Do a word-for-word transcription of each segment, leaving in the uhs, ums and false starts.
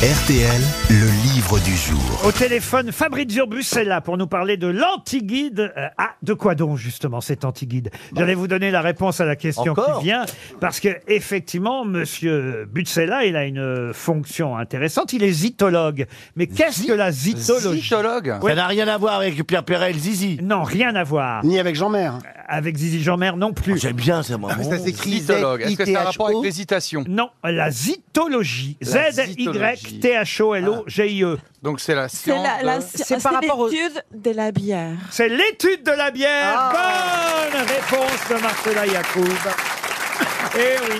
R T L, le livre du jour. Au téléphone, Fabrizio Bussella pour nous parler de l'antiguide. Euh, ah, de quoi donc justement cet antiguide? J'allais vous donner la réponse à la question Encore qui vient, parce que effectivement, Monsieur Bussella, il a une fonction intéressante. Il est zytologue. Mais qu'est-ce que la zytologie? Zytologue. Ouais. Ça n'a rien à voir avec Pierre Perret et le Zizi. Non, rien à voir. Ni avec Jean-Mer. Avec Zizi Jeanmer non plus. J'aime bien, c'est moi. Ça s'écrit Zytologue. Est-ce que ça a un rapport avec Z I T H O? l'hésitation? Non, la zytologie. La Z Y T H O L O G I E. Donc c'est la C'est science. la, la, de- c'est C'est par rapport aux- l'étude de la bière. C'est l'étude de la bière. Ah. Bonne réponse de Marcella Yacoub. Eh oui.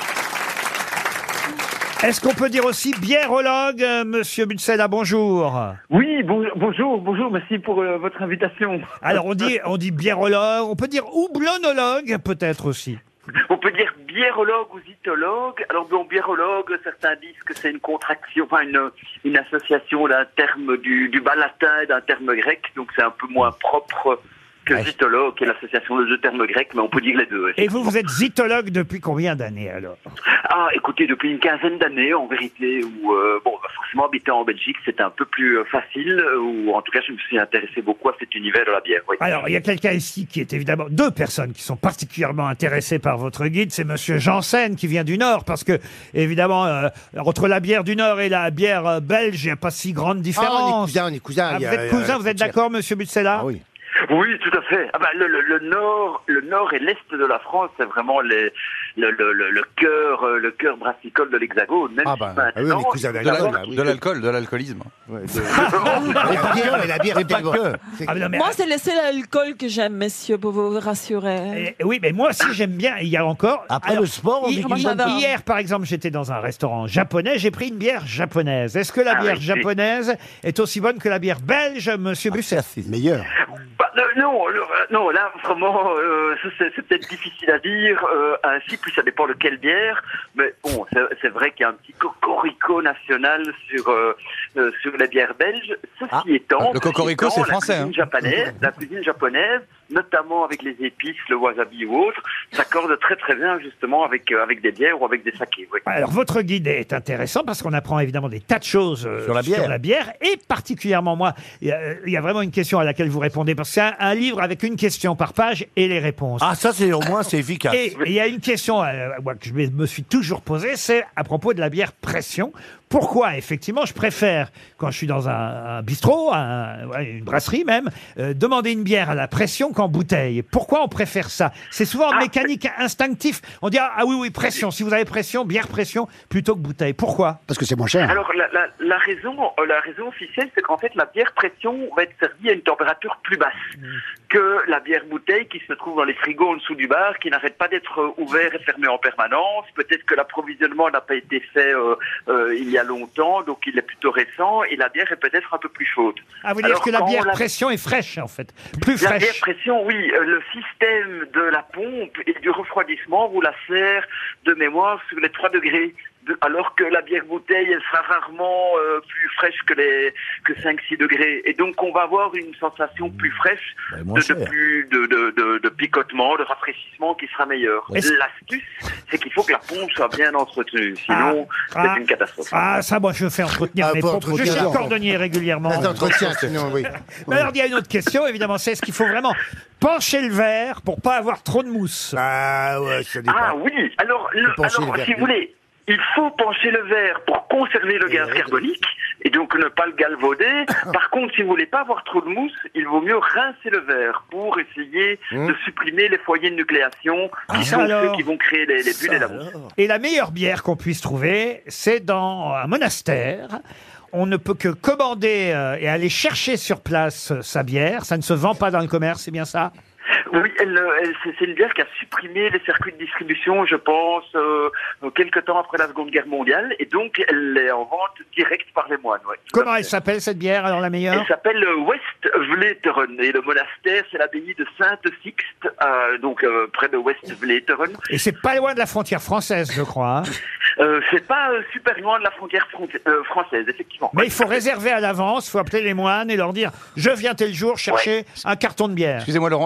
Est-ce qu'on peut dire aussi biérologue, euh, Monsieur Bussella? Bonjour. Oui, bon- bonjour, bonjour, merci pour euh, votre invitation. Alors on dit, on dit biérologue, on peut dire houblonnologue peut-être aussi. On peut dire biérologue ou zytologue. Alors bon, biérologue, certains disent que c'est une contraction, enfin une, une association d'un terme du, du bas latin et d'un terme grec, donc c'est un peu moins propre que zytologue, qui est l'association de deux termes grecs, mais on peut dire les deux. Et vous, vous êtes zytologue depuis combien d'années alors? Ah, écoutez, depuis une quinzaine d'années, en vérité, où, euh, bon, bah, forcément, habitant en Belgique, c'était un peu plus euh, facile, euh, ou en tout cas, je me suis intéressé beaucoup à cet univers de la bière, oui. Alors, il y a quelqu'un ici qui est évidemment deux personnes qui sont particulièrement intéressées par votre guide. C'est Monsieur Janssen qui vient du Nord, parce que évidemment, euh, entre la bière du Nord et la bière euh, belge, il n'y a pas si grande Ah, on est différence. cousins, on est cousins. Ah, il y vous a- êtes il y a cousin, la vous êtes frontière. d'accord, Monsieur Bussella? Ah oui. Oui, tout à fait. Ah bah, le, le, le nord, le nord et l'est de la France, c'est vraiment les, le, le, le, le cœur, euh, le cœur brassicole de l'Hexagone. Même Ah si bah, ah oui, maintenant, on est cousins il De faut d'Alcool, savoir l'al- oui. de l'alcool, de l'alcoolisme. Ouais, de- Mais la bière, mais la bière, c'est pas tellement- que. c'est- Ah, mais non, mais, Moi, c'est le seul alcool que j'aime, messieurs, pour vous rassurer. eh, oui, mais moi aussi j'aime bien. Il y a encore. Après Alors, le sport, on hi- dit Moi, hi- j'adore. hier, par exemple, j'étais dans un restaurant japonais. J'ai pris une bière japonaise. Est-ce que la Ah bière oui, japonaise est aussi bonne que la bière belge, Monsieur Bussella? Meilleur. Bah, euh, non, le- euh, non, là vraiment, euh, ça, c'est, c'est peut-être difficile à dire. Euh, ainsi, puis ça dépend de quelle bière. Mais bon, c'est, c'est vrai qu'il y a un petit cocorico national sur euh, euh, sur les bières belges. Ceci Ah, étant, le cocorico, ceci étant, c'est français, La cuisine hein. japonaise, la cuisine japonaise, notamment avec les épices, le wasabi ou autre, s'accorde très très bien justement avec euh, avec des bières ou avec des sakés. Oui. Alors, votre guide est intéressant parce qu'on apprend évidemment des tas de choses euh, Sur la bière. bière. Et particulièrement, moi, il y, a- il y a vraiment une question à laquelle vous répondez. Parce que c'est un, un livre avec une question par page et les réponses. Ah, ça, c'est au moins, c'est efficace. Et il y a une question euh, moi, que je me me suis toujours posée, c'est à propos de la bière pression. Pourquoi, effectivement, je préfère, quand je suis dans un, un bistrot, un- ouais, une brasserie même, euh, demander une bière à la pression qu'en bouteille. Pourquoi on préfère ça? C'est souvent Ah, mécanique, instinctif. On dit, ah, ah oui, oui, pression. Si vous avez pression, bière pression, plutôt que bouteille. Pourquoi? Parce que c'est moins cher. Alors la, la, la raison, euh, la raison officielle, c'est qu'en fait la bière pression va être servie à une température plus basse que la bière bouteille qui se trouve dans les frigos en dessous du bar, qui n'arrête pas d'être euh, ouvert et fermé en permanence. Peut-être que l'approvisionnement n'a pas été fait euh, euh, il y a longtemps, donc il est plutôt récent, et la bière est peut-être un peu plus chaude. Ah, vous dire Alors, que la quand bière la- pression est fraîche, en fait. Plus La bière fraîche. pression, oui, euh, le système de la pompe et du refroidissement vous la sert de mémoire sur les trois degrés. De- alors que la bière bouteille, elle sera rarement euh, plus fraîche que les que cinq six degrés. Et donc on va avoir une sensation plus fraîche, Bah, de, moins de cher. plus de, de, de, de picotement, de rafraîchissement qui sera meilleur. Est-ce- L'astuce, c'est qu'il faut que la pompe soit bien entretenue, sinon Ah. c'est une catastrophe. Ah, ça, moi, je fais entretenir Ah, mes faut pompes. Je entretenir. suis cordonnier régulièrement. Ça t'entretient, sinon, oui. Mais alors, il y a une autre question, évidemment, c'est est-ce qu'il faut vraiment pencher le verre pour pas avoir trop de mousse? Ah ouais, ça dépend. Ah oui, alors, le- pencher alors le verre. si vous voulez, il faut pencher le verre pour conserver le gaz carbonique et donc ne pas le galvauder. Par contre, si vous voulez pas avoir trop de mousse, il vaut mieux rincer le verre pour essayer de supprimer les foyers de nucléation qui Ah, sont alors. ceux qui vont créer les, les bulles et la mousse. Et la meilleure bière qu'on puisse trouver, c'est dans un monastère. On ne peut que commander euh, et aller chercher sur place euh, sa bière. Ça ne se vend pas dans le commerce, c'est bien ça? Oui, elle, euh, elle- c'est c'est une bière qui a supprimé les circuits de distribution, je pense, euh, quelques temps après la Seconde Guerre mondiale, et donc elle est en vente directe par les moines. Ouais, tout à Comment fait. elle s'appelle, cette bière, alors la meilleure? Elle s'appelle euh, West Vleteren et le monastère c'est l'abbaye de Sainte-Sixte, euh, donc euh, près de West Vleteren. Et c'est pas loin de la frontière française, je crois. hein. Euh, c'est pas euh, super loin de la frontière fron- euh, française, effectivement. Mais Ouais, il faut tout à fait. réserver à l'avance, il faut appeler les moines et leur dire « Je viens tel jour chercher un carton de bière ». Excusez-moi Laurent, la séquence Voilà.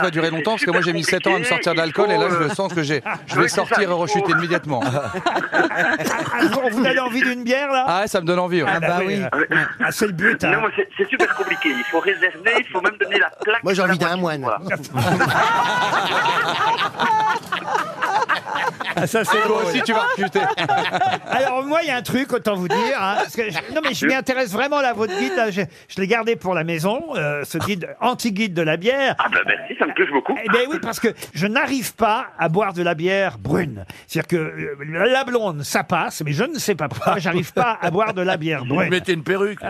va durer longtemps parce que moi j'ai mis sept ans à me sortir de l'alcool et là je sens que j'ai, je vais Oui, c'est ça, sortir et il faut- rechuter immédiatement. Ah, vous, vous avez envie d'une bière, là? Ah ouais, ça me donne envie. Ouais. Ah, bah oui. Ah, c'est le but, hein. Non, mais c'est- c'est super compliqué. Il faut réserver, il faut même donner la plaque. Moi, j'ai de la envie d'un voiture, moine. quoi. Ah, ça, c'est Toi drôle. aussi tu vas rechuter. Alors, moi, il y a un truc, autant vous dire. Hein, parce que je- non, mais je m'y intéresse vraiment, là, votre guide. Là, je je l'ai gardé pour la maison, euh, ce guide, anti-guide de la bière. Ah ben merci, ça me touche beaucoup. Eh bien oui, parce que je n'arrive pas à boire de la bière brune. C'est-à-dire que euh, la blonde, ça passe, mais je ne sais pas pourquoi, j'arrive pas à boire de la bière Vous brune. mettez une perruque.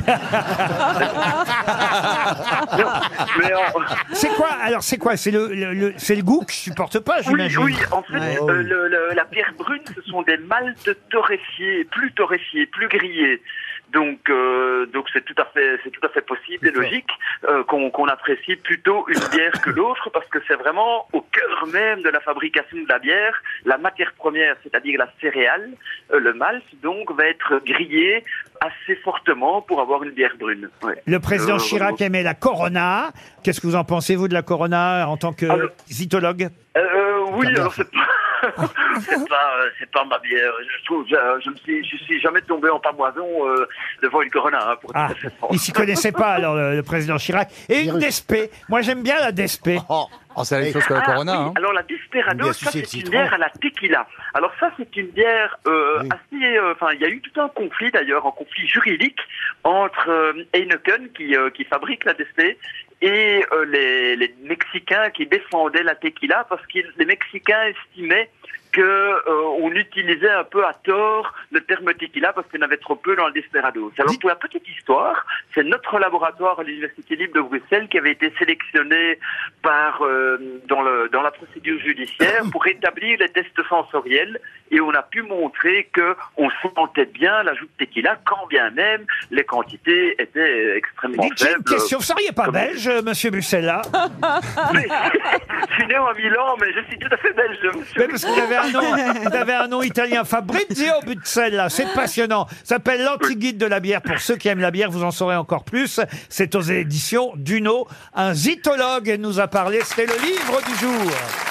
Mais en- C'est quoi? Alors, c'est quoi? C'est le, le, le- c'est le goût que je supporte pas, Oui, j'imagine. oui, en fait, euh, le- le- la bière brune, ce sont des maltes torréfiés, plus torréfiés, plus grillés. Donc, euh, donc c'est tout à fait, c'est tout à fait possible et logique euh, qu'on qu'on apprécie plutôt une bière que l'autre, parce que c'est vraiment au cœur même de la fabrication de la bière, la matière première, c'est-à-dire la céréale, euh, le malt, donc, va être grillé assez fortement pour avoir une bière brune. Ouais. Le président Euh, Chirac aimait la Corona. Qu'est-ce que vous en pensez, vous, de la Corona, en tant que Alors- zytologue? Euh, oui, alors c'est pas, c'est pas, euh, c'est pas ma bière. Je trouve, je, je me suis, je suis jamais tombé en pamoison euh, devant une Corona, hein, pour Ah, tout à fait franc. il s'y connaissait pas, alors, le, le président Chirac. Et une Despé. Moi, j'aime bien la Despé. Oh, Oh, c'est la même chose que la Ah, Corona. oui. Hein. Alors la Desperado, Bien ça sucé de c'est une citron. bière à la tequila. Alors ça c'est une bière euh, Oui. assez, euh, enfin il y a eu tout un conflit d'ailleurs, un conflit juridique entre euh, Heineken qui euh, qui fabrique la Despé et euh, les, les Mexicains qui défendaient la tequila parce que les Mexicains estimaient que euh, on utilisait un peu à tort le terme tequila parce qu'il y en avait trop peu dans le Desperado. Alors pour la petite histoire, c'est notre laboratoire à l'Université libre de Bruxelles qui avait été sélectionné par euh, dans le dans la procédure judiciaire pour établir les tests sensoriels et on a pu montrer que on sentait bien l'ajout de tequila quand bien même les quantités étaient extrêmement Dites, j'ai faibles. une question. Vous seriez pas Comme- belge, euh, monsieur Bussella? Mais- je suis né à Milan, mais je suis tout à fait belge, monsieur. Mais parce que vous avez un nom, vous avez un nom italien, Fabrizio Buzzella, c'est passionnant. Ça s'appelle l'anti-guide de la bière. Pour ceux qui aiment la bière, vous en saurez encore plus. C'est aux éditions Duno. Un zytologue nous a parlé. C'était le livre du jour.